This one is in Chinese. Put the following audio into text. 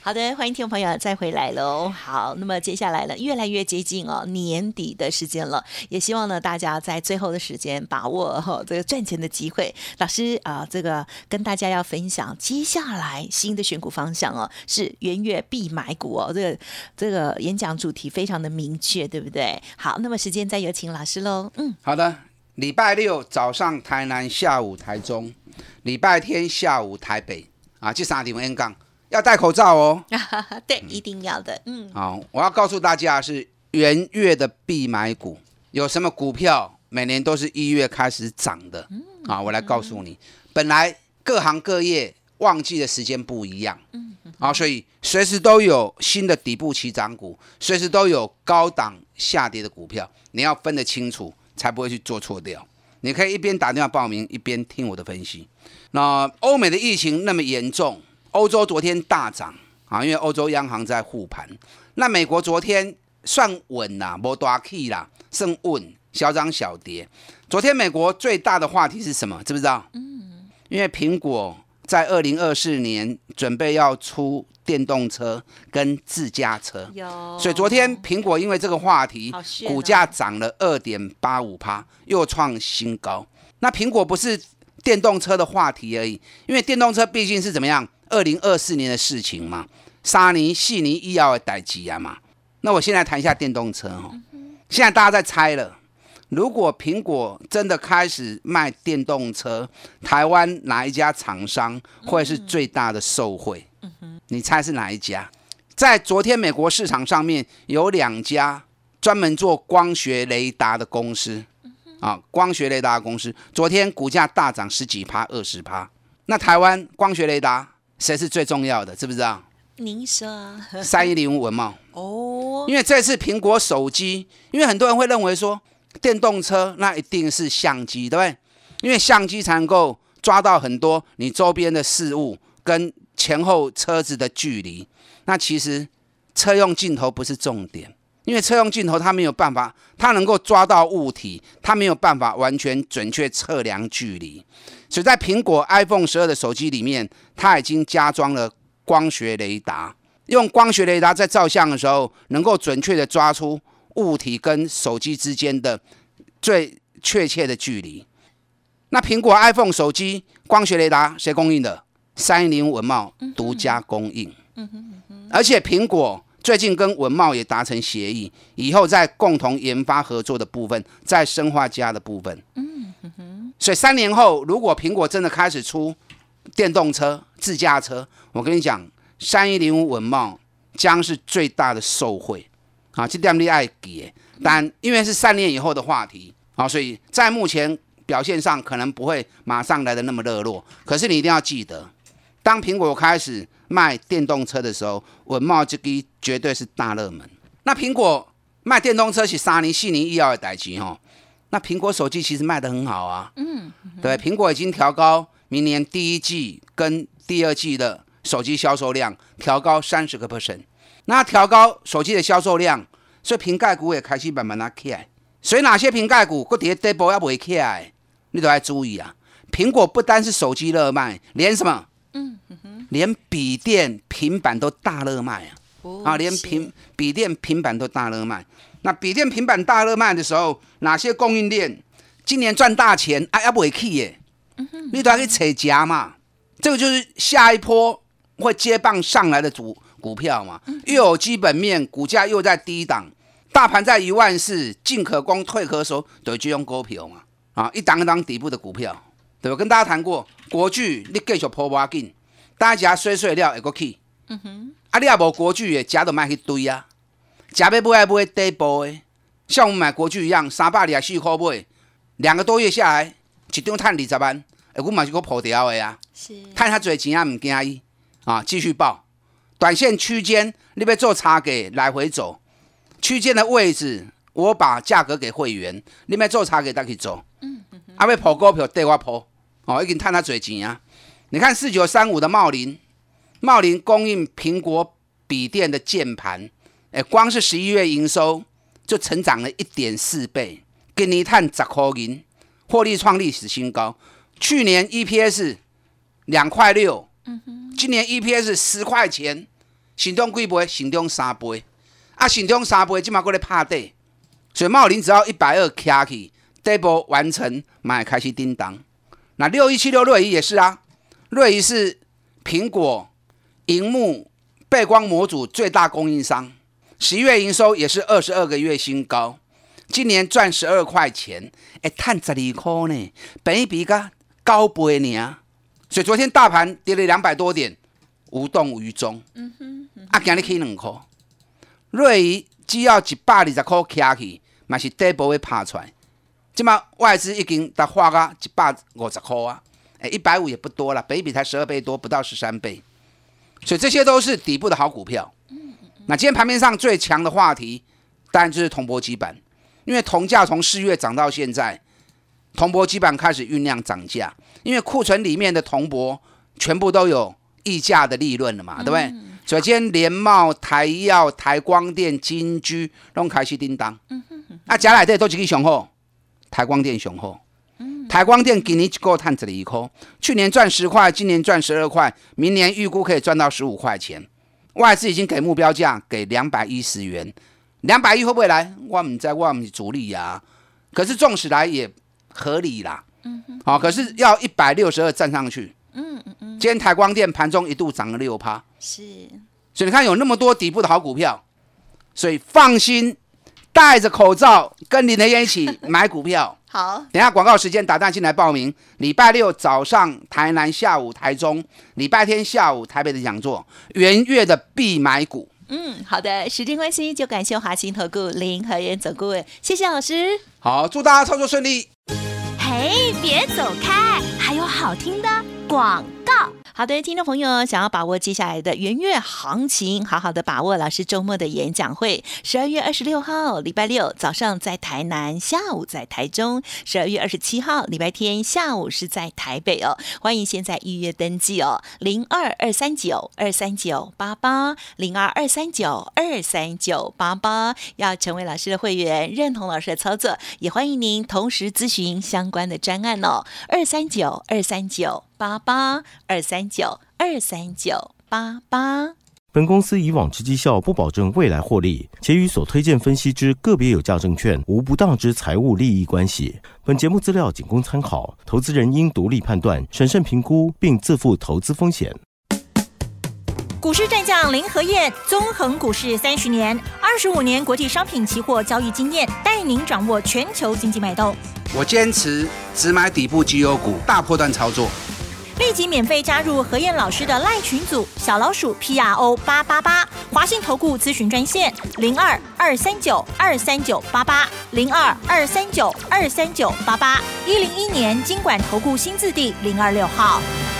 好的，欢迎听众朋友再回来喽。好，那么接下来呢，越来越接近年底的时间了，也希望呢大家在最后的时间把握这个赚钱的机会。老师这个跟大家要分享接下来新的选股方向是元月必买股这个演讲主题非常的明确，对不对？好，那么时间再有请老师喽。 好的，礼拜六早上台南，下午台中，礼拜天下午台北这3个地方演讲要戴口罩哦。 对，一定要的。 好，我要告诉大家是元月的必买股，有什么股票每年都是1月开始涨的我来告诉你，本来各行各业旺季的时间不一样所以随时都有新的底部起涨股，随时都有高档下跌的股票，你要分得清楚，才不会去做错掉。你可以一边打电话报名，一边听我的分析。那欧美的疫情那么严重，欧洲昨天大涨因为欧洲央行在护盘。那美国昨天算稳啦，没大起啦，算稳，小涨小跌。昨天美国最大的话题是什么？知不知道？因为苹果在2024年准备要出电动车跟自驾车，所以昨天苹果因为这个话题，股价涨了 2.85%， 又创新高。那苹果不是电动车的话题而已，因为电动车毕竟是怎么样，2024年的事情嘛，3年4年以后的事情嘛。那我现在谈一下电动车现在大家在猜了，如果苹果真的开始卖电动车，台湾哪一家厂商会是最大的受惠？你猜是哪一家？在昨天美国市场上面有2家专门做光学雷达的公司光学雷达的公司昨天股价大涨10几%、20%。那台湾光学雷达谁是最重要的？知不知道？ 您说 3105文茂因为这次苹果手机，因为很多人会认为说电动车那一定是相机，对不对？因为相机才能够抓到很多你周边的事物跟前后车子的距离。那其实车用镜头不是重点，因为车用镜头它没有办法，它能够抓到物体，它没有办法完全准确测量距离。所以在苹果 iPhone 12的手机里面，它已经加装了光学雷达，用光学雷达在照相的时候，能够准确的抓出物体跟手机之间的最确切的距离。那苹果 iPhone 手机光学雷达谁供应的？3105文茂独家供应。而且苹果最近跟文茂也达成协议，以后在共同研发合作的部分，在生化家的部分。所以3年后，如果苹果真的开始出电动车、自驾车，我跟你讲，3105文茂将是最大的受惠这点你要记的。但因为是3年以后的话题所以在目前表现上可能不会马上来的那么热络。可是你一定要记得，当苹果开始卖电动车的时候，文茂这个绝对是大热门。那苹果卖电动车是3年4年以后的事情那苹果手机其实卖得很好对，苹果已经调高明年第1季跟第2季的手机销售量，调高30%。那调高手机的销售量，所以瓶盖股也开始慢慢起来。所以哪些瓶盖股还在底部还没起来，你都要注意苹果不单是手机热卖，连什么？连笔电、平板都大热卖连笔电、平板都大热卖。那笔电、平板大热卖的时候，哪些供应链今年赚大钱还没起耶？你都要去找价嘛。这个就是下一波会接棒上来的股票嘛，又有基本面，股价又在低档，大盘在14000，进可攻退可守，就这种股票嘛一档一档底部的股票，对吧？跟大家谈过，国巨你继续抱不要紧，大家碎碎了会过去。你也无国巨的，价都卖去堆价要买底部的，像我们买国巨一样，324块买，2个多月下来，一张赚20万，我嘛是个破掉的赚较多钱也唔惊伊继续报。短线区间你要做差价来回走，区间的位置我把价格给会员，你要做差价再去做。要破股票对我破已经赚较多钱你看4935的茂林供应苹果笔电的键盘，光是11月营收就成长了 1.4 倍，今年赚10块银，获利创历史新高。去年 EPS 2.6块，今年 EPS 10块钱， 省中几倍？省中3倍。啊，省中3倍，今嘛过来拍底，所以茂林只要120卡起，底部完成，买开始叮当。那6176瑞仪也是啊，瑞仪是苹果萤幕背光模组最大供应商，11月营收也是22个月新高，今年赚12块钱，赚12块呢，本益比个9倍呢。所以昨天大盘跌了200多点，无动于衷。啊，今日起2块，瑞仪只要120块卡起，嘛是底部会拍出来。今嘛外资已经达花个150块啊，150也不多了，本益比才12倍多，不到13倍。所以这些都是底部的好股票。那今天盘面上最强的话题，当然就是铜箔基板，因为铜价从4月涨到现在，铜箔基板开始酝酿涨价，因为库存里面的铜箔全部都有溢价的利润了嘛，对不对？所以今天联茂、台药、台光电、金居都开始叮当。啊，加来的都几个雄厚，台光电雄厚。台光电今年一个赚12块，去年赚10块，今年赚12块，明年预估可以赚到15块钱。外资已经给目标价，给210元，210会不会来？我不知道，我不是主力啊。可是纵使来也合理啦。好，可是要162站上去。今天台光电盘中一度涨了6%， 是， 所以你看有那么多底部的好股票，所以放心，戴着口罩跟林德燕一起买股票。 好， 等一下广告时间打电话进来报名。礼拜六早上台南，下午台中，礼拜天下午台北的讲座，元月的必买股。 好的，时间关系就感谢华兴投顾林和彥总顾问，谢谢老师。 好，祝大家操作顺利。 嘿，别走开，还有好听的广告。 好的，听众朋友想要把握接下来的元月行情，好好的把握老师周末的演讲会。12月26号礼拜六早上在台南，下午在台中；12月27号礼拜天下午是在台北哦。欢迎现在预约登记哦，02-239-23988，02-239-23988，要成为老师的会员，认同老师的操作，也欢迎您同时咨询相关的专案哦，239-23988，239-23988。 本公司以往之绩效不保证未来获利，且与所推荐分析之个别有价证券无不当之财务利益关系。本节目资料仅供参考，投资人应独立判断、审慎评估，并自负投资风险。 股市战将林和彥，纵横股市30年，25年国际商品期货交易经验，带您掌握全球经济脉动。 我坚持只买底部绩优股，大波段操作。 立即免费加入和彥老师的赖群组，小老鼠 PRO888，华信投顾咨询专线02-239-23988，02-239-23988，101年金管投顾新字第026号。